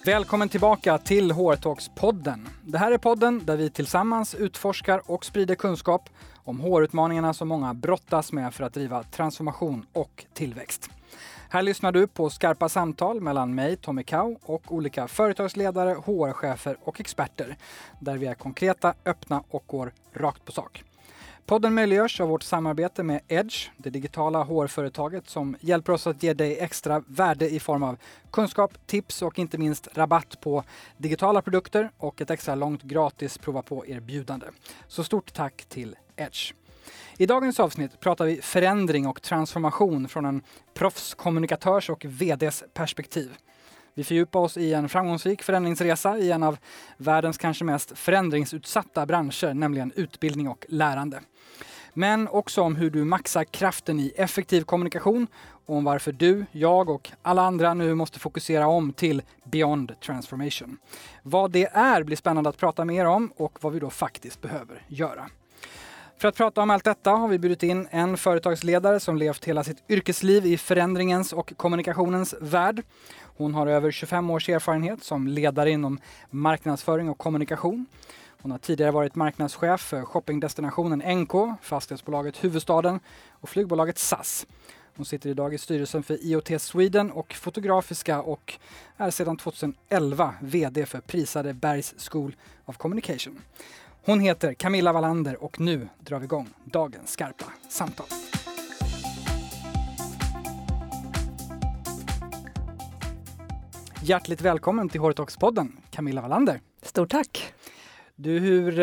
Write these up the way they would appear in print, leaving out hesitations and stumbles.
Välkommen tillbaka till HR-talks-podden. Det här är podden där vi tillsammans utforskar och sprider kunskap om HR-utmaningarna som många brottas med för att driva transformation och tillväxt. Här lyssnar du på skarpa samtal mellan mig, Tommy Kau, och olika företagsledare, HR-chefer och experter där vi är konkreta, öppna och går rakt på sak. Podden möjliggörs av vårt samarbete med Edge, det digitala HR-företaget som hjälper oss att ge dig extra värde i form av kunskap, tips och inte minst rabatt på digitala produkter och ett extra långt gratis prova på-erbjudande. Så stort tack till Edge. I dagens avsnitt pratar vi förändring och transformation från en proffskommunikatörs och vd:s perspektiv. Vi fördjupar oss i en framgångsrik förändringsresa i en av världens kanske mest förändringsutsatta branscher, nämligen utbildning och lärande. Men också om hur du maxar kraften i effektiv kommunikation och om varför du, jag och alla andra nu måste fokusera om till Beyond Transformation. Vad det är blir spännande att prata mer om och vad vi då faktiskt behöver göra. För att prata om allt detta har vi bjudit in en företagsledare som levt hela sitt yrkesliv i förändringens och kommunikationens värld. Hon har över 25 års erfarenhet som ledare inom marknadsföring och kommunikation. Hon har tidigare varit marknadschef för shoppingdestinationen NK, fastighetsbolaget Huvudstaden och flygbolaget SAS. Hon sitter idag i styrelsen för IoT Sweden och Fotografiska och är sedan 2011 vd för prisade Bergs School of Communication. Hon heter Camilla Wallander och nu drar vi igång dagens skarpa samtal. Hjärtligt välkommen till HR-talks-podden, Camilla Wallander. Stort tack. Du, hur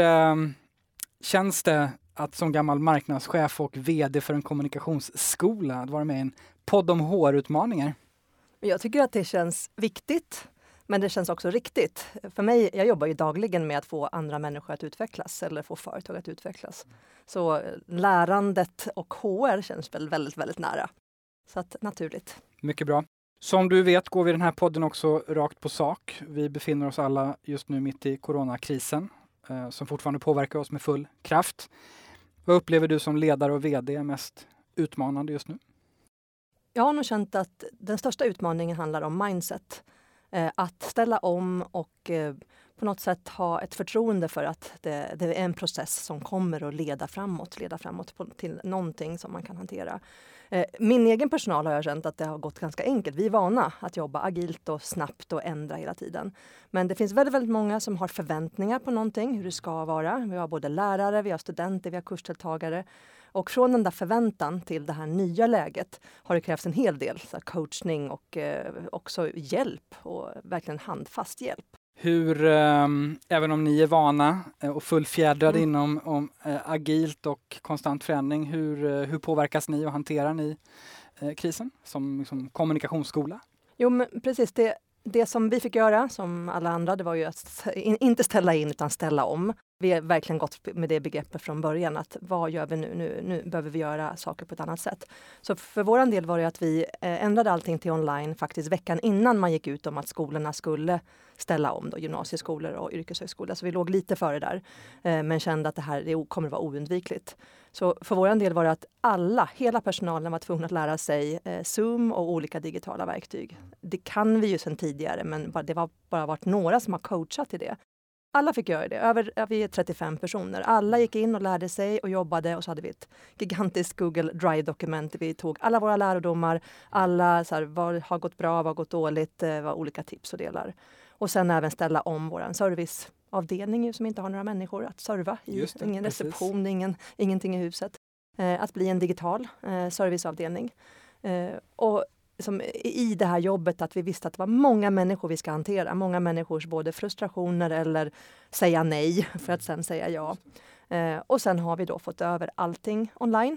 känns det att som gammal marknadschef och vd för en kommunikationsskola att vara med i en podd om HR-utmaningar? Jag tycker att det känns viktigt, men det känns också riktigt. För mig, jag jobbar ju dagligen med att få andra människor att utvecklas eller få företag att utvecklas. Så lärandet och HR känns väl väldigt, väldigt nära. Så att naturligt. Mycket bra. Som du vet går vi den här podden också rakt på sak. Vi befinner oss alla just nu mitt i coronakrisen som fortfarande påverkar oss med full kraft. Vad upplever du som ledare och vd är mest utmanande just nu? Jag har nog känt att den största utmaningen handlar om mindset. Att ställa om och på något sätt ha ett förtroende för att det är en process som kommer att leda framåt till någonting som man kan hantera. Min egen personal har jag känt att det har gått ganska enkelt. Vi är vana att jobba agilt och snabbt och ändra hela tiden. Men det finns väldigt, väldigt många som har förväntningar på någonting, hur det ska vara. Vi har både lärare, vi har studenter, vi har kursdeltagare. Och från den där förväntan till det här nya läget har det krävts en hel del så coachning och också hjälp och verkligen handfast hjälp. Hur, även om ni är vana och fullfjädrade inom agilt och konstant förändring, hur påverkas ni och hanterar ni krisen som kommunikationsskola? Jo, men precis. Det som vi fick göra, som alla andra, det var ju att inte ställa in utan ställa om. Vi har verkligen gått med det begreppet från början att vad gör vi nu? Nu behöver vi göra saker på ett annat sätt. Så för våran del var det att vi ändrade allting till online faktiskt veckan innan man gick ut om att skolorna skulle ställa om, då, gymnasieskolor och yrkeshögskolor. Så vi låg lite före där men kände att det kommer att vara oundvikligt. Så för våran del var det att hela personalen var tvungna att lära sig Zoom och olika digitala verktyg. Det kan vi ju sedan tidigare, men det var bara varit några som har coachat till det. Alla fick göra det, vi är 35 personer. Alla gick in och lärde sig och jobbade och så hade vi ett gigantiskt Google Drive-dokument. Vi tog alla våra lärdomar, alla vad har gått bra, vad har gått dåligt, vad olika tips och delar. Och sen även ställa om vår serviceavdelning som inte har några människor att serva i. Ingen reception, ingenting i huset. Att bli en digital serviceavdelning. Och som i det här jobbet att vi visste att det var många människor vi ska hantera. Många människors både frustrationer eller säga nej för att sen säga ja. Och sen har vi då fått över allting online.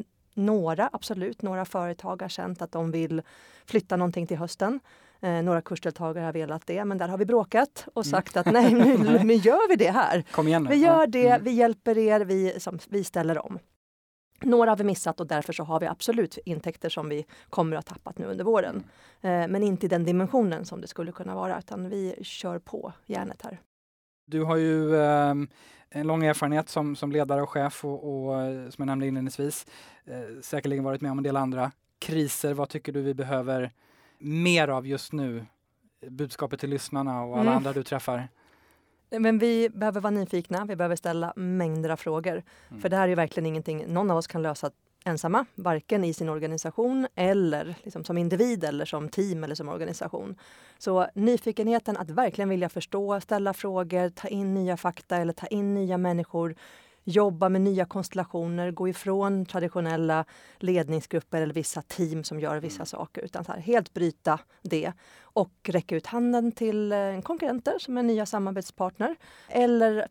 Några företag har känt att de vill flytta någonting till hösten. Några kursdeltagare har velat det, men där har vi bråkat och sagt att nej, nu gör vi det här. Kom igen nu. Vi gör det, vi hjälper er, vi ställer om. Några har vi missat och därför så har vi absolut intäkter som vi kommer att ha tappat nu under våren. Men inte i den dimensionen som det skulle kunna vara, utan vi kör på järnet här. Du har ju en lång erfarenhet som ledare och chef och som jag nämnde inledningsvis säkerligen varit med om en del andra kriser. Vad tycker du vi behöver mer av just nu budskapet till lyssnarna och alla andra du träffar? Men vi behöver vara nyfikna, vi behöver ställa mängder av frågor. För det här är ju verkligen ingenting någon av oss kan lösa ensamma, varken i sin organisation eller liksom som individ eller som team eller som organisation. Så nyfikenheten att verkligen vilja förstå, ställa frågor, ta in nya fakta eller ta in nya människor, jobba med nya konstellationer, gå ifrån traditionella ledningsgrupper eller vissa team som gör vissa saker, utan så här, helt bryta det och räcka ut handen till konkurrenter som är nya samarbetspartner eller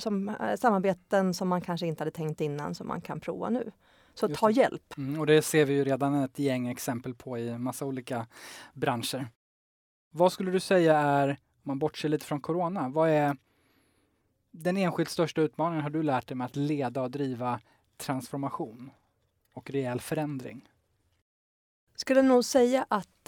samarbeten som man kanske inte hade tänkt innan som man kan prova nu. Så ta hjälp. Och det ser vi ju redan ett gäng exempel på i massa olika branscher. Vad skulle du säga är, om man bortser lite från corona, vad är den enskilt största utmaningen har du lärt dig med att leda och driva transformation och rejäl förändring? Skulle nog säga att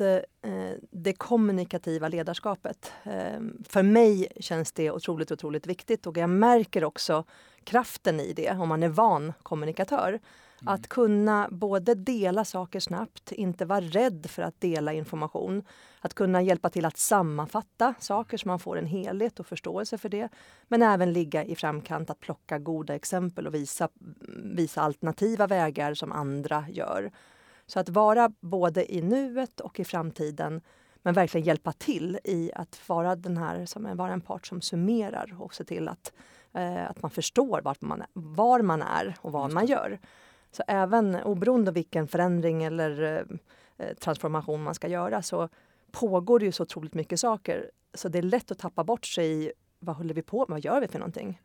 det kommunikativa ledarskapet, för mig känns det otroligt viktigt och jag märker också kraften i det om man är van kommunikatör. Att kunna både dela saker snabbt, inte vara rädd för att dela information. Att kunna hjälpa till att sammanfatta saker så man får en helhet och förståelse för det. Men även ligga i framkant att plocka goda exempel och visa alternativa vägar som andra gör. Så att vara både i nuet och i framtiden, men verkligen hjälpa till i att vara vara en part som summerar och se till att man förstår var man är och vad man gör. Så även oberoende av vilken förändring eller transformation man ska göra så pågår det ju så otroligt mycket saker. Så det är lätt att tappa bort sig i vad håller vi på, vad gör vi för någonting?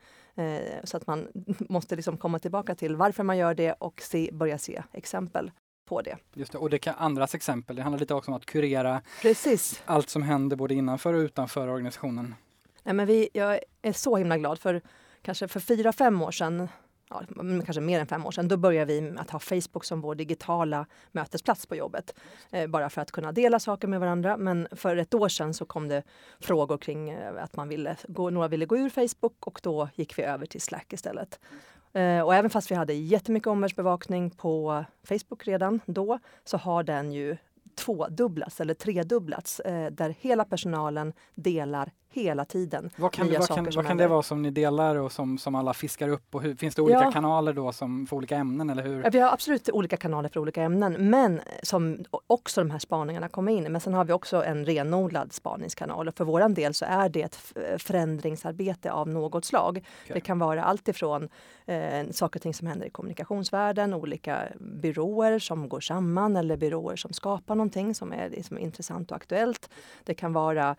Så att man måste liksom komma tillbaka till varför man gör det och börja se exempel på det. Just det, och det kan andras exempel. Det handlar lite också om att kurera allt som händer både innanför och utanför organisationen. Nej, men jag är så himla glad för kanske för 4-5 år sedan, kanske mer än 5 år sedan, då började vi att ha Facebook som vår digitala mötesplats på jobbet. Bara för att kunna dela saker med varandra. Men för ett år sedan så kom det frågor kring att några ville gå ur Facebook och då gick vi över till Slack istället. Och även fast vi hade jättemycket omvärldsbevakning på Facebook redan då så har den ju 2-dubblats eller 3-dubblats där hela personalen delar hela tiden. Vad kan det vara som ni delar och som alla fiskar upp? Och finns det olika kanaler då för olika ämnen? Eller hur? Ja, vi har absolut olika kanaler för olika ämnen, men som också de här spaningarna kommer in. Men sen har vi också en renodlad spaningskanal och för våran del så är det ett förändringsarbete av något slag. Okay. Det kan vara allt ifrån saker och ting som händer i kommunikationsvärlden, olika byråer som går samman eller byråer som skapar någonting som är intressant och aktuellt. Det kan vara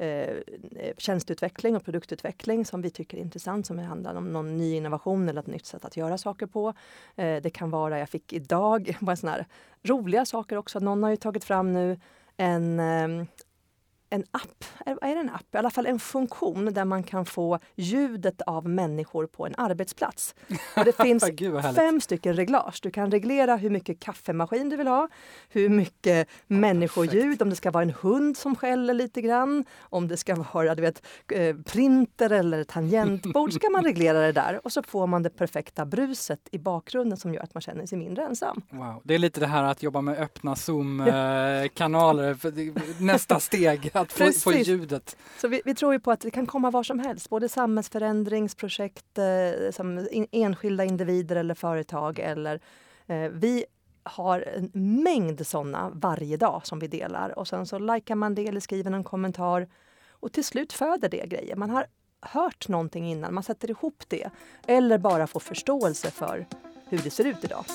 tjänsteutveckling och produktutveckling som vi tycker är intressant, som handlar om någon ny innovation eller ett nytt sätt att göra saker på. Det kan vara, jag fick idag bara såna här roliga saker också. Någon har ju tagit fram nu en app, är det en app? I alla fall en funktion där man kan få ljudet av människor på en arbetsplats. Och det finns 5 stycken reglage. Du kan reglera hur mycket kaffemaskin du vill ha, hur mycket människoljud, om det ska vara en hund som skäller lite grann, om det ska vara printer eller tangentbord, så kan man reglera det där. Och så får man det perfekta bruset i bakgrunden som gör att man känner sig mindre ensam. Wow, det är lite det här att jobba med öppna Zoom-kanaler, nästa steg. Att få ljudet. Så vi tror ju på att det kan komma var som helst. Både samhällsförändringsprojekt som enskilda individer eller företag. Vi har en mängd sådana varje dag som vi delar. Och sen så likar man det eller skriver en kommentar. Och till slut föder det grejer. Man har hört någonting innan. Man sätter ihop det. Eller bara får förståelse för hur det ser ut idag.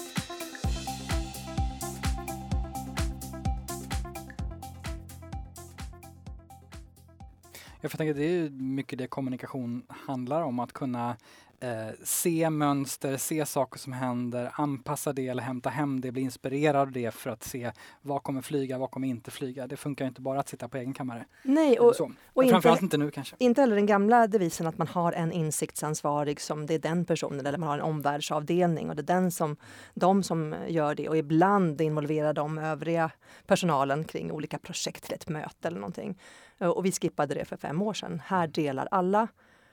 Jag tänker att det är mycket det kommunikation handlar om, att kunna se mönster, se saker som händer, anpassa det eller hämta hem det, bli inspirerad av det för att se vad kommer flyga, vad kommer inte flyga. Det funkar inte bara att sitta på egen kammare. Nej, och framförallt inte nu kanske. Inte heller den gamla devisen att man har en insiktsansvarig som det är den personen, eller man har en omvärldsavdelning och det är de som gör det, och ibland involverar de övriga personalen kring olika projekt till ett möte eller någonting. Och vi skippade det för 5 år sedan. Här delar alla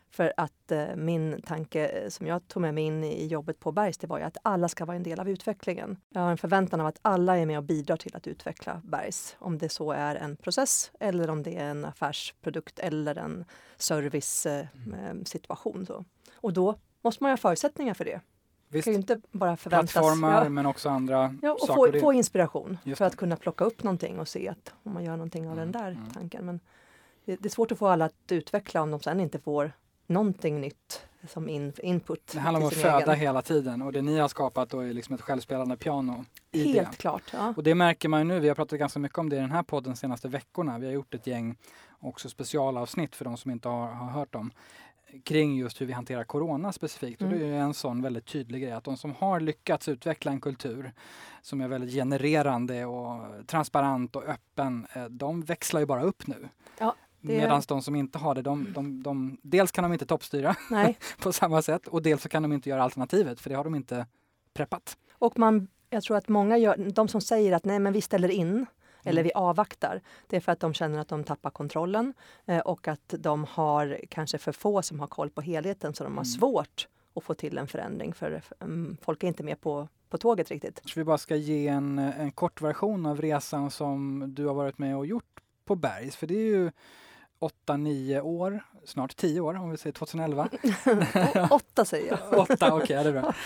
För att min tanke som jag tog med mig in i jobbet på Bergs, det var ju att alla ska vara en del av utvecklingen. Jag har en förväntan av att alla är med och bidrar till att utveckla Bergs. Om det så är en process eller om det är en affärsprodukt eller en servicesituation. Och då måste man ha förutsättningar för det. Visst. Kan ju inte bara förväntas. Plattformar men också andra och saker. Få inspiration Just för det. att kunna plocka upp någonting och se att om man gör någonting av den där tanken. Men det är svårt att få alla att utveckla om de sen inte får någonting nytt som input. Det handlar om att föda hela tiden och det ni har skapat då är liksom ett självspelande piano i Helt det. klart. Ja. Och det märker man ju nu, vi har pratat ganska mycket om det i den här podden de senaste veckorna. Vi har gjort ett gäng också specialavsnitt för de som inte har hört dem kring just hur vi hanterar corona specifikt. Och det är ju en sån väldigt tydlig grej att de som har lyckats utveckla en kultur som är väldigt genererande och transparent och öppen, de växlar ju bara upp nu. Ja. Medan de som inte har det, dels kan de inte toppstyra på samma sätt och dels så kan de inte göra alternativet för det har de inte preppat. Och jag tror att många de som säger att nej men vi ställer in eller vi avvaktar, det är för att de känner att de tappar kontrollen och att de har kanske för få som har koll på helheten så de har svårt att få till en förändring för folk är inte med på tåget riktigt. Så vi bara ska ge en kort version av resan som du har varit med och gjort på Bergs, för det är ju 8-9 år, snart 10 år om vi säger 2011. 8 säger jag. 8, okej, det är bra.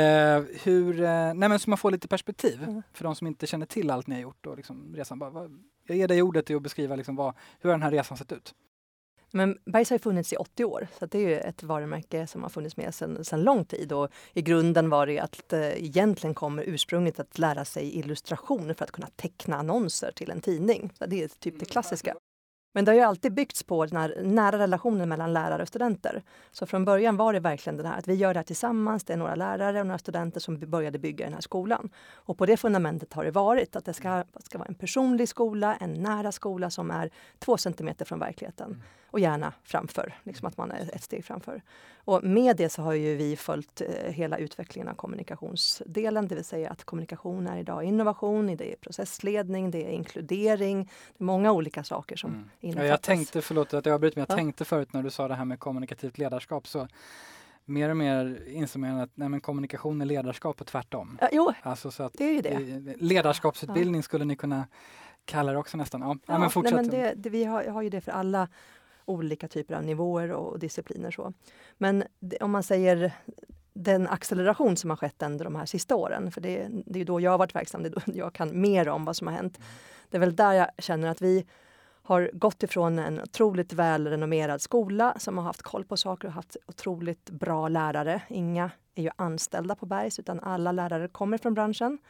Så man får lite perspektiv för de som inte känner till allt ni har gjort och liksom resan. Jag ger dig ordet till att beskriva liksom hur har den här resan sett ut? Men Bergs har ju funnits i 80 år så det är ju ett varumärke som har funnits med sedan lång tid och i grunden var det att egentligen kommer ursprunget att lära sig illustration för att kunna teckna annonser till en tidning. Så det är typ det klassiska. Men det har ju alltid byggts på den här nära relationen mellan lärare och studenter. Så från början var det verkligen det här att vi gör det här tillsammans. Det är några lärare och några studenter som började bygga den här skolan. Och på det fundamentet har det varit att det ska vara en personlig skola, en nära skola som är 2 centimeter från verkligheten. Och gärna framför, liksom att man är ett steg framför. Och med det så har ju vi följt hela utvecklingen av kommunikationsdelen. Det vill säga att kommunikation är idag innovation, det är processledning, det är inkludering. Det är många olika saker som innefattas. Jag tänkte, förlåt att jag avbryter, men jag tänkte förut när du sa det här med kommunikativt ledarskap så mer och mer inser man att kommunikation är ledarskap och tvärtom. Jo, alltså, så att det är ju det. Ledarskapsutbildning skulle ni kunna kalla det också nästan. Men fortsätt. Vi har ju det för alla olika typer av nivåer och discipliner. Så. Men om man säger den acceleration som har skett under de här sista åren, för det är ju då jag har varit verksam, det är då jag kan mer om vad som har hänt. Det är väl där jag känner att vi har gått ifrån en otroligt välrenommerad skola som har haft koll på saker och haft otroligt bra lärare. Inga är ju anställda på Bergs utan alla lärare kommer från branschen.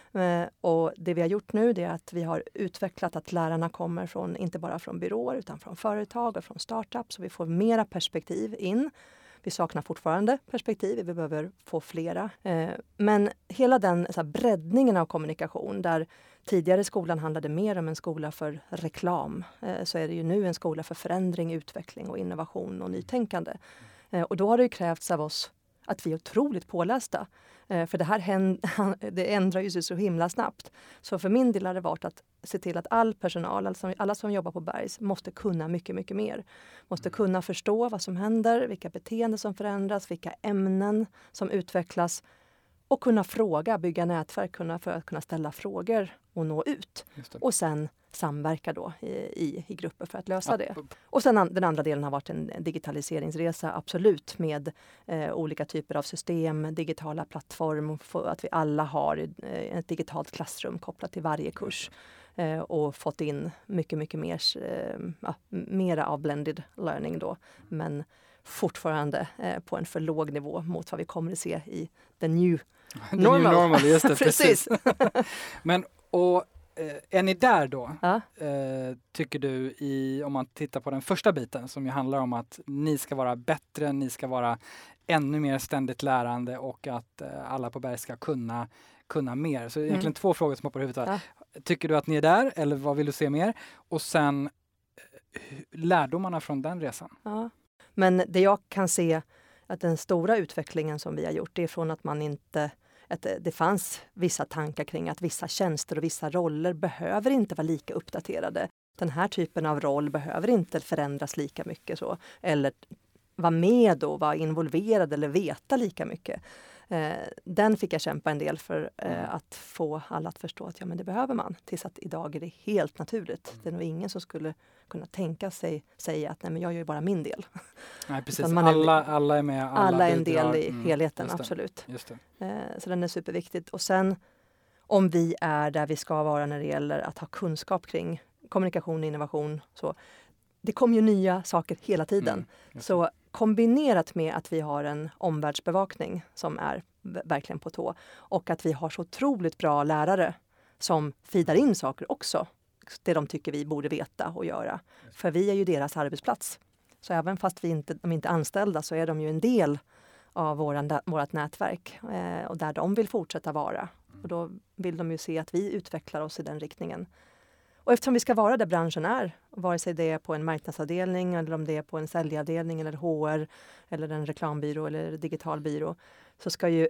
Och det vi har gjort nu är att vi har utvecklat att lärarna kommer inte bara från byråer utan från företag och från startups. Så vi får mera perspektiv in. Vi saknar fortfarande perspektiv, vi behöver få flera. Men hela den breddningen av kommunikation där tidigare skolan handlade mer om en skola för reklam så är det ju nu en skola för förändring, utveckling och innovation och nytänkande. Och då har det ju krävts av oss att vi är otroligt pålästa. För det ändrar ju sig så himla snabbt. Så för min del har det varit att se till att all personal, alltså alla som jobbar på Bergs, måste kunna mycket, mycket mer. Måste kunna förstå vad som händer, vilka beteenden som förändras, vilka ämnen som utvecklas. Och kunna fråga, bygga nätverk för att kunna ställa frågor och nå ut. Och sen samverka då i grupper för att lösa det. Och sen den andra delen har varit en digitaliseringsresa, absolut, med olika typer av system, digitala plattform, för att vi alla har ett digitalt klassrum kopplat till varje kurs. Och fått in mycket, mycket mera av blended learning då. Men fortfarande på en för låg nivå mot vad vi kommer att se i the new normal. Just det, precis. Men är ni där då? Tycker du om man tittar på den första biten som ju handlar om att ni ska vara bättre, ni ska vara ännu mer ständigt lärande och att alla på Berg ska kunna mer. Så egentligen 2 frågor som hoppar i huvudet. Tycker du att ni är där eller vad vill du se mer? Och sen lärdomarna från den resan. Ja. Men det jag kan se att den stora utvecklingen som vi har gjort, det är från att det fanns vissa tankar kring att vissa tjänster och vissa roller behöver inte vara lika uppdaterade. Den här typen av roll behöver inte förändras lika mycket så. Eller vara med och vara involverad eller veta lika mycket. Den fick jag kämpa en del för att få alla att förstå att men det behöver man. Tills att idag är det helt naturligt. Det är nog ingen som skulle kunna tänka sig säga att nej, men jag gör ju bara min del. Nej, precis. Alla är med. Alla är en del i helheten, absolut. Just det. Så den är superviktigt. Och sen om vi är där vi ska vara när det gäller att ha kunskap kring kommunikation och innovation. Så det kommer ju nya saker hela tiden. Så kombinerat med att vi har en omvärldsbevakning som är verkligen på tå. Och att vi har så otroligt bra lärare som feedar in saker också. Det de tycker vi borde veta och göra. För vi är ju deras arbetsplats. Så även fast de inte är anställda så är de ju en del av vårt nätverk. Och där de vill fortsätta vara. Och då vill de ju se att vi utvecklar oss i den riktningen. Och eftersom vi ska vara där branschen är, vare sig det är på en marknadsavdelning eller om det är på en säljavdelning eller HR eller en reklambyrå eller digital byrå, så ska ju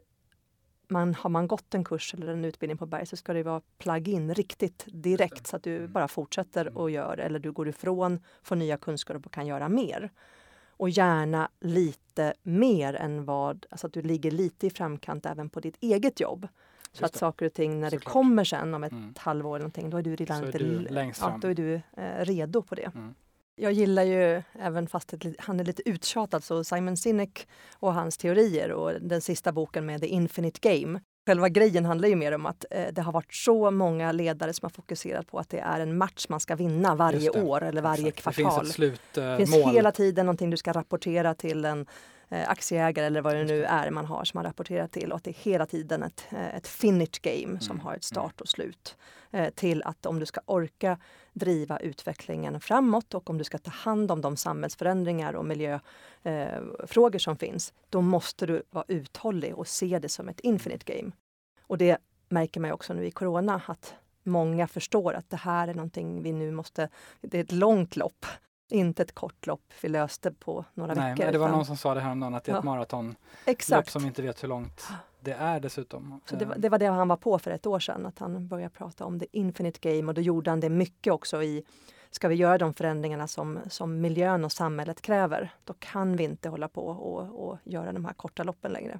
har man gått en kurs eller en utbildning på Berg så ska det vara plug-in riktigt direkt så att du bara fortsätter och gör eller du går ifrån, får nya kunskaper och kan göra mer. Och gärna lite mer än alltså att du ligger lite i framkant även på ditt eget jobb. Så att saker och ting när det kommer sen om ett halvår eller någonting, då är du redan då är du redo på det. Jag gillar ju, även fast han är lite uttjatad, så Simon Sinek och hans teorier och den sista boken med The Infinite Game. Själva grejen handlar ju mer om att det har varit så många ledare som har fokuserat på att det är en match man ska vinna varje år eller varje kvartal. Det finns ett slutmål. Det finns hela tiden någonting du ska rapportera till en aktieägare eller vad det nu är man har som man rapporterar till. Och att det är hela tiden ett finish game som har ett start och slut. Till att om du ska orka driva utvecklingen framåt och om du ska ta hand om de samhällsförändringar och miljöfrågor som finns, då måste du vara uthållig och se det som ett infinite game. Och det märker man ju också nu i corona, att många förstår att det här är någonting vi nu måste, det är ett långt lopp. Inte ett kort lopp vi löste på några veckor. Nej, det var någon som sa det häromdagen att det är ett maratonlopp som inte vet hur långt det är dessutom. Så det var det han var på för ett år sedan, att han började prata om the infinite game och då gjorde han det mycket också ska vi göra de förändringarna som miljön och samhället kräver, då kan vi inte hålla på och göra de här korta loppen längre.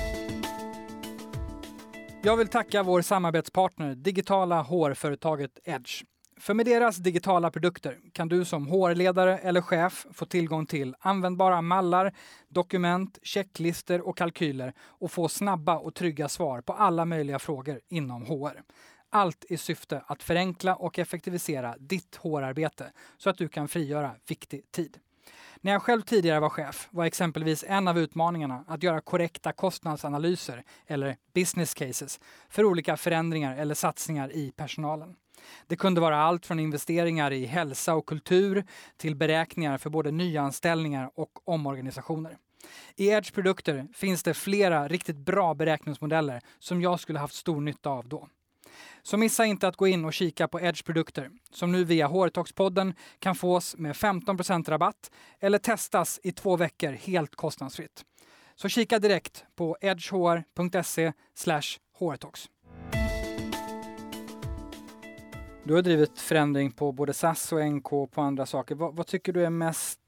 Jag vill tacka vår samarbetspartner, digitala HR-företaget Edge. För med deras digitala produkter kan du som HR-ledare eller chef få tillgång till användbara mallar, dokument, checklister och kalkyler och få snabba och trygga svar på alla möjliga frågor inom HR. Allt i syfte att förenkla och effektivisera ditt HR-arbete så att du kan frigöra viktig tid. När jag själv tidigare var chef var exempelvis en av utmaningarna att göra korrekta kostnadsanalyser eller business cases för olika förändringar eller satsningar i personalen. Det kunde vara allt från investeringar i hälsa och kultur till beräkningar för både nyanställningar och omorganisationer. I Edge produkter finns det flera riktigt bra beräkningsmodeller som jag skulle haft stor nytta av då. Så missa inte att gå in och kika på Edge produkter som nu via HR-talks-podden kan fås med 15% rabatt eller testas i 2 veckor helt kostnadsfritt. Så kika direkt på edgehr.se/hrtalks. Du har drivit förändring på både SAS och NK och på andra saker. Vad tycker du är mest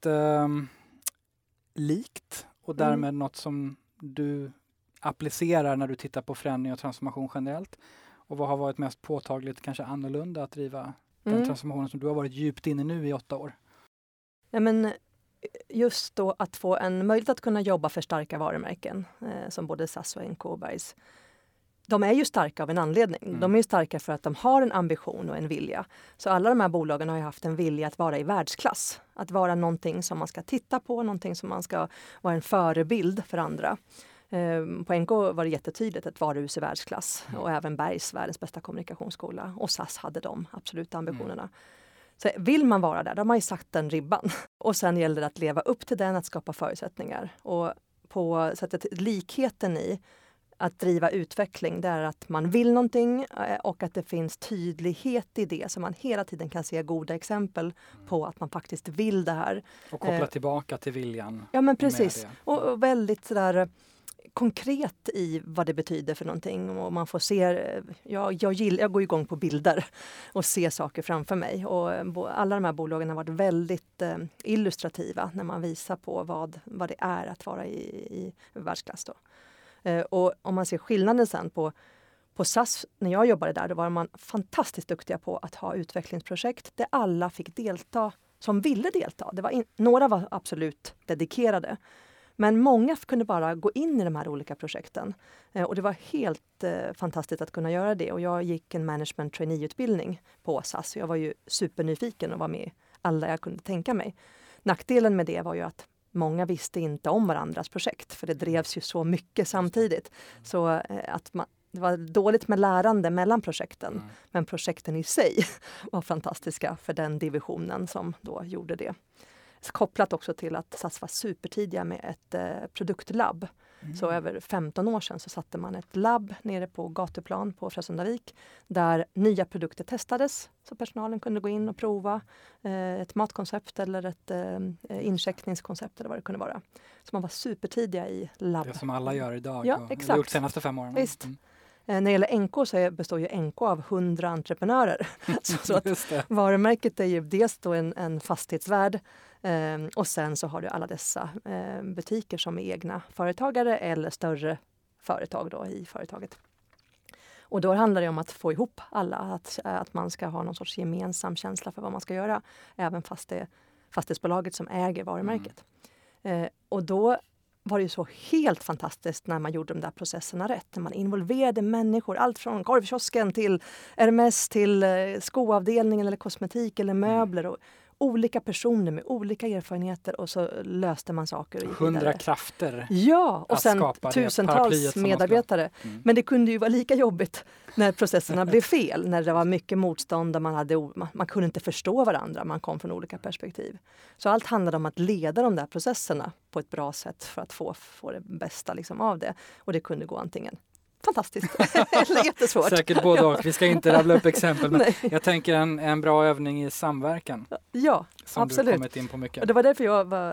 likt och därmed något som du applicerar när du tittar på förändring och transformation generellt? Och vad har varit mest påtagligt, kanske annorlunda att driva den transformationen som du har varit djupt inne nu i 8 år? Ja, men just då att få en möjlighet att kunna jobba för starka varumärken som både SAS och NK och Bergs. De är ju starka av en anledning. De är ju starka för att de har en ambition och en vilja. Så alla de här bolagen har ju haft en vilja att vara i världsklass. Att vara någonting som man ska titta på, någonting som man ska vara en förebild för andra. På NK var det jättetydligt ett varuhus i världsklass och även Bergs, världens bästa kommunikationsskola. Och SAS hade de absoluta ambitionerna. Så vill man vara där, då har man ju satt den ribban. Och sen gäller det att leva upp till den, att skapa förutsättningar. Och på sättet likheten i att driva utveckling, det är att man vill någonting och att det finns tydlighet i det. Så man hela tiden kan se goda exempel på att man faktiskt vill det här. Och koppla tillbaka till viljan. Ja, men precis. Och väldigt sådär konkret i vad det betyder för någonting. Och man får se, jag går igång på bilder och ser saker framför mig. Och alla de här bolagen har varit väldigt illustrativa när man visar på vad det är att vara i världsklass då. Och om man ser skillnaden sen på SAS, när jag jobbade där, då var man fantastiskt duktiga på att ha utvecklingsprojekt där alla fick delta som ville delta. Några var absolut dedikerade. Men många kunde bara gå in i de här olika projekten. Och det var helt fantastiskt att kunna göra det. Och jag gick en management trainee-utbildning på SAS. Så jag var ju supernyfiken och var med alla jag kunde tänka mig. Nackdelen med det var ju att många visste inte om varandras projekt. För det drevs ju så mycket samtidigt. Så det var dåligt med lärande mellan projekten. Men projekten i sig var fantastiska för den divisionen som då gjorde det. Kopplat också till att SAS var supertidiga med ett produktlabb. Så över 15 år sedan så satte man ett labb nere på gatuplan på Frösundavik där nya produkter testades. Så personalen kunde gå in och prova ett matkoncept eller ett incheckningskoncept eller vad det kunde vara. Så man var supertidiga i labb. Det som alla gör idag. Ja, och exakt. har gjort senaste 5 åren. Visst. När det gäller NK så består ju NK av 100 entreprenörer. så att varumärket är ju dels då en fastighetsvärd och sen så har du alla dessa butiker som är egna företagare eller större företag då i företaget. Och då handlar det om att få ihop alla, att man ska ha någon sorts gemensam känsla för vad man ska göra. Även fast det är fastighetsbolaget som äger varumärket. Och då var det ju så helt fantastiskt när man gjorde de där processerna rätt. När man involverade människor, allt från korvkiosken till Hermes till skoavdelningen eller kosmetik eller möbler. Och olika personer med olika erfarenheter och så löste man saker. 100 krafter. Ja, och sen tusentals medarbetare. Men det kunde ju vara lika jobbigt när processerna blev fel. När det var mycket motstånd och man kunde inte förstå varandra. Man kom från olika perspektiv. Så allt handlade om att leda de där processerna på ett bra sätt för att få det bästa liksom av det. Och det kunde gå antingen fantastiskt eller jättesvårt. Säkert både och. Vi ska inte rabbla upp exempel. Men jag tänker en bra övning i samverkan. Ja, som absolut. Du kommit in på mycket. Och det var därför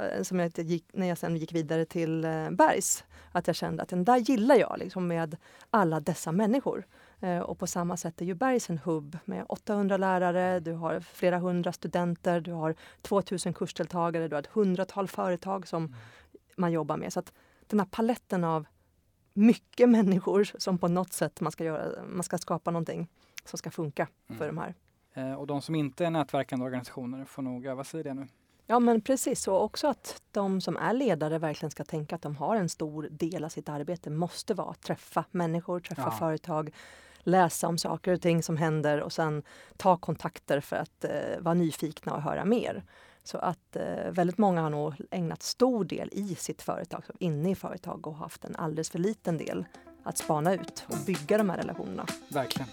när jag sen gick vidare till Bergs. Att jag kände att den där gillar jag liksom, med alla dessa människor. Och på samma sätt är ju Bergs en hubb med 800 lärare. Du har flera hundra studenter. Du har 2000 kursdeltagare. Du har ett 100-tal företag som man jobbar med. Så att den här paletten av mycket människor som på något sätt man ska skapa någonting som ska funka för de här. Och de som inte är nätverkande organisationer får nog öva sig i det nu. Ja men precis, och också att de som är ledare verkligen ska tänka att de har en stor del av sitt arbete måste vara att träffa människor, träffa företag, läsa om saker och ting som händer och sen ta kontakter för att vara nyfikna och höra mer. Så att väldigt många har nog ägnat stor del i sitt företag, inne i företag och haft en alldeles för liten del att spana ut och bygga de här relationerna. Verkligen.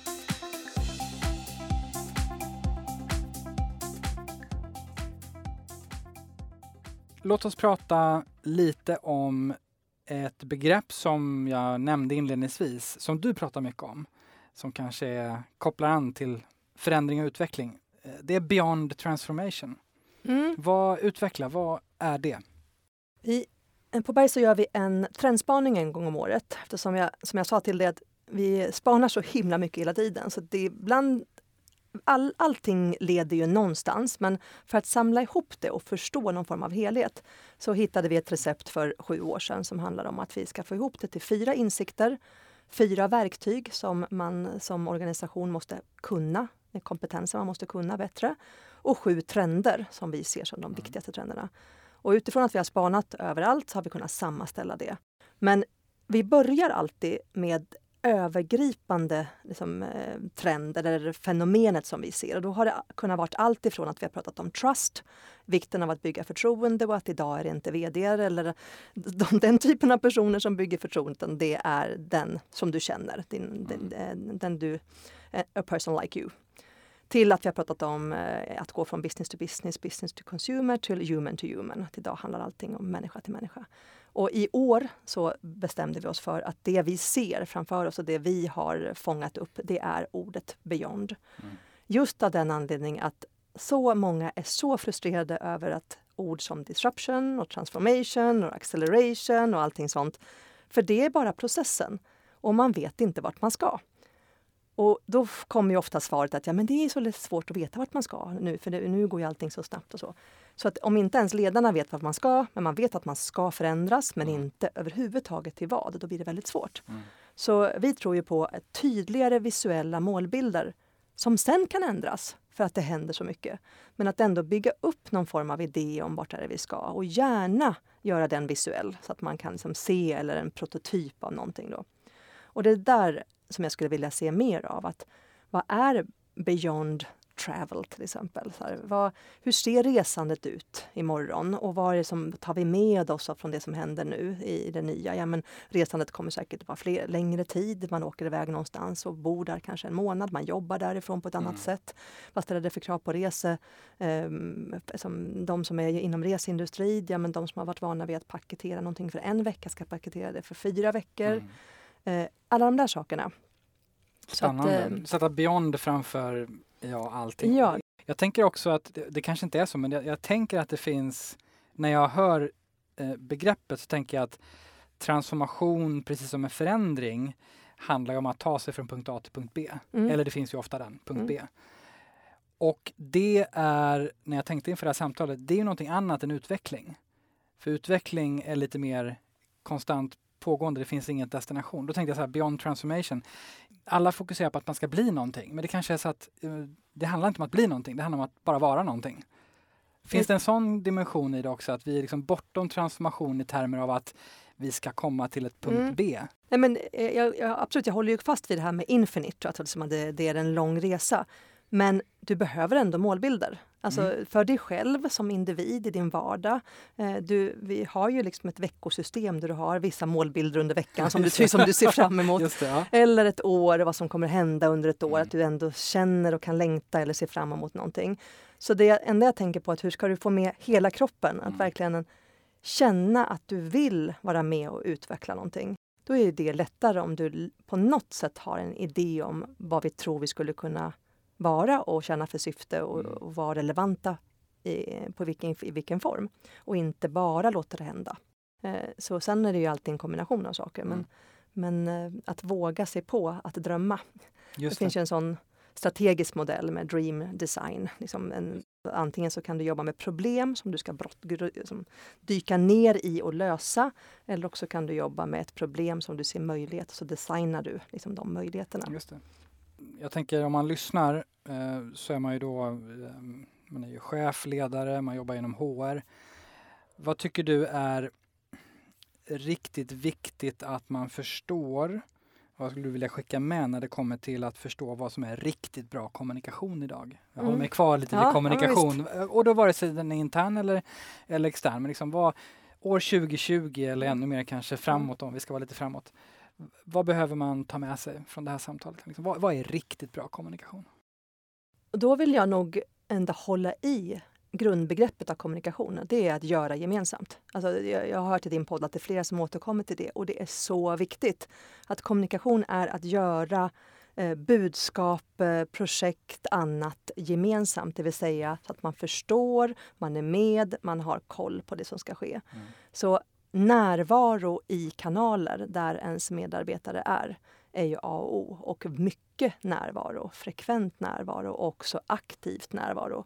Låt oss prata lite om ett begrepp som jag nämnde inledningsvis, som du pratar mycket om, som kanske kopplar an till förändring och utveckling. Det är Beyond Transformation. Vad är det? På Berg så gör vi en trendspaning en gång om året. Eftersom som jag sa till dig att vi spanar så himla mycket hela tiden. Så det ibland, allting leder ju någonstans. Men för att samla ihop det och förstå någon form av helhet så hittade vi ett recept för 7 år sedan som handlar om att vi ska få ihop det till 4 insikter. 4 verktyg som man som organisation måste kunna, kompetenser man måste kunna bättre. Och 7 trender som vi ser som de viktigaste trenderna. Och utifrån att vi har spanat överallt så har vi kunnat sammanställa det. Men vi börjar alltid med övergripande trender eller fenomenet som vi ser. Och då har det kunnat vara allt ifrån att vi har pratat om trust, vikten av att bygga förtroende och att idag är det inte vd eller den typen av personer som bygger förtroenden. Det är den som du känner, den du, a person like you. Till att vi har pratat om att gå från business to business, business to consumer till human to human. Att idag handlar allting om människa till människa. Och i år så bestämde vi oss för att det vi ser framför oss och det vi har fångat upp, det är ordet beyond. Just av den anledning att så många är så frustrerade över att ord som disruption och transformation och acceleration och allting sånt För det är bara processen. Och man vet inte vart man ska. Och då kommer ju ofta svaret att men det är så svårt att veta vart man ska nu. För nu går ju allting så snabbt och så. Så att om inte ens ledarna vet vart man ska, men man vet att man ska förändras, men inte överhuvudtaget till vad, då blir det väldigt svårt. Så vi tror ju på tydligare visuella målbilder som sen kan ändras för att det händer så mycket. Men att ändå bygga upp någon form av idé om vart är det vi ska. Och gärna göra den visuell så att man kan liksom se eller en prototyp av någonting då. Och det är där som jag skulle vilja se mer av. Att vad är beyond travel till exempel? Så här, hur ser resandet ut imorgon? Och vad är det som tar vi med oss från det som händer nu i det nya? Ja, men resandet kommer säkert vara längre tid. Man åker iväg någonstans och bor där kanske en månad. Man jobbar därifrån på ett annat sätt. Vad ställer det för krav på rese? Som de som är inom reseindustri, men de som har varit vana vid att paketera någonting för 1 vecka ska paketera det för 4 veckor. Alla de där sakerna. Spännande. Sätta beyond framför allting. Ja. Jag tänker också att det kanske inte är så, men jag tänker att det finns, när jag hör begreppet så tänker jag att transformation, precis som en förändring, handlar om att ta sig från punkt A till punkt B. Eller det finns ju ofta den, punkt B. Och det är, när jag tänkte inför det här samtalet, det är ju någonting annat än utveckling. För utveckling är lite mer konstant pågående, det finns ingen destination. Då tänkte jag så här, beyond transformation. Alla fokuserar på att man ska bli någonting, men det kanske är så att det handlar inte om att bli någonting, det handlar om att bara vara någonting. Finns det en sån dimension i det också, att vi är liksom bortom transformation i termer av att vi ska komma till ett punkt B? Nej, men absolut, jag håller ju fast vid det här med infinite, att det är en lång resa. Men du behöver ändå målbilder. Alltså för dig själv som individ i din vardag. Vi har ju liksom ett veckosystem där du har vissa målbilder under veckan som du ser fram emot. Just det, ja. Eller ett år, vad som kommer hända under ett år. Att du ändå känner och kan längta eller se fram emot någonting. Så det enda jag tänker på är att hur ska du få med hela kroppen? Att verkligen känna att du vill vara med och utveckla någonting. Då är det lättare om du på något sätt har en idé om vad vi tror vi skulle kunna vara och känna för syfte och vara relevanta i vilken form. Och inte bara låta det hända. Så sen är det ju alltid en kombination av saker. Men att våga sig på att drömma. Det finns ju en sån strategisk modell med dream design. Liksom antingen så kan du jobba med problem som du ska dyka ner i och lösa. Eller också kan du jobba med ett problem som du ser möjlighet. Så designar du liksom de möjligheterna. Just det. Jag tänker om man lyssnar så är man ju då, man är ju chef, ledare, man jobbar inom HR. Vad tycker du är riktigt viktigt att man förstår? Vad skulle du vilja skicka med när det kommer till att förstå vad som är riktigt bra kommunikation idag? Jag håller mig kvar lite vid kommunikation. Och då vare sig den är intern eller extern. Men liksom år 2020 eller ännu mer kanske framåt, om vi ska vara lite framåt. Vad behöver man ta med sig från det här samtalet? Liksom, vad är riktigt bra kommunikation? Då vill jag nog ändå hålla i grundbegreppet av kommunikation. Det är att göra gemensamt. Alltså, jag har hört i din podd att det är flera som återkommer till det. Och det är så viktigt. Att kommunikation är att göra budskap, projekt, annat gemensamt. Det vill säga så att man förstår, man är med, man har koll på det som ska ske. Så närvaro i kanaler där ens medarbetare är ju A och O. Och mycket närvaro, frekvent närvaro och också aktivt närvaro.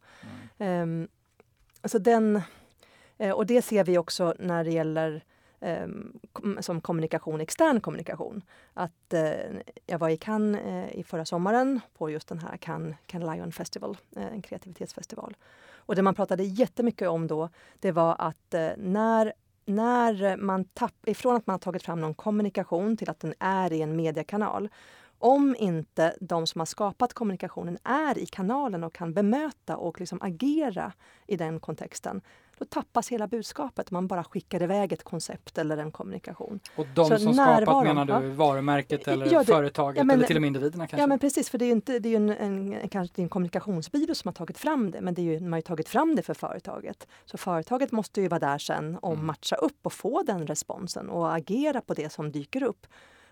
Och det ser vi också när det gäller som kommunikation, extern kommunikation. Att jag var i Cannes i förra sommaren på just den här Cannes Lion Festival, en kreativitetsfestival. Och det man pratade jättemycket om då, det var att när man ifrån att man har tagit fram någon kommunikation till att den är i en mediekanal. Om inte de som har skapat kommunikationen är i kanalen och kan bemöta och liksom agera i den kontexten, då tappas hela budskapet. Man bara skickar iväg ett koncept eller en kommunikation. Och de som skapat, menar du varumärket eller företaget eller till och med individerna kanske? Ja, men precis. För det är ju kanske en kommunikationsbyrå som har tagit fram det. Men man har ju tagit fram det för företaget. Så företaget måste ju vara där sen och matcha upp och få den responsen och agera på det som dyker upp.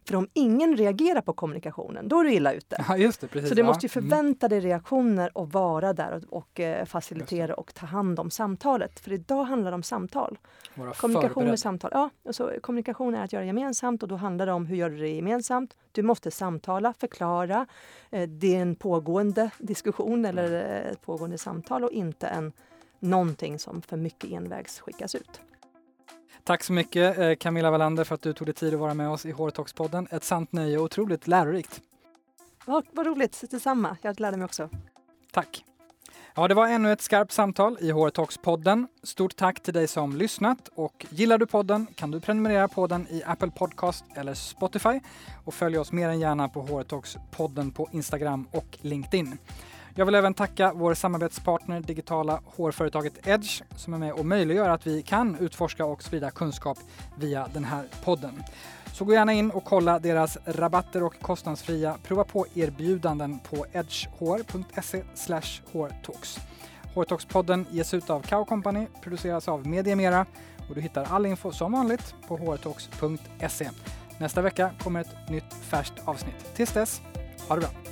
För om ingen reagerar på kommunikationen, då är du illa ute. Ja, just det, precis. Så du måste ju förvänta dig reaktioner och vara där och facilitera och ta hand om samtalet. För idag handlar det om samtal. Kommunikation är samtal. Ja, alltså, kommunikation är att göra gemensamt och då handlar det om hur gör du det gemensamt. Du måste samtala, förklara. Det är en pågående diskussion eller ett pågående samtal och inte någonting som för mycket envägs skickas ut. Tack så mycket Camilla Wallander för att du tog dig tid att vara med oss i HR-talks-podden. Ett sant nöje och otroligt lärorikt. Vad roligt, detsamma. Jag lärde mig också. Tack. Ja, det var ännu ett skarpt samtal i HR-talks-podden. Stort tack till dig som lyssnat och gillar du podden kan du prenumerera på den i Apple Podcast eller Spotify och följ oss mer än gärna på HR-talks-podden på Instagram och LinkedIn. Jag vill även tacka vår samarbetspartner digitala HR-företaget Edge som är med och möjliggör att vi kan utforska och sprida kunskap via den här podden. Så gå gärna in och kolla deras rabatter och kostnadsfria prova på erbjudanden på edgehr.se/hrtalks. HR-talks-podden ges ut av Kao Company, produceras av Media Mera och du hittar all info som vanligt på hrtalks.se. Nästa vecka kommer ett nytt färskt avsnitt. Tills dess, ha det bra!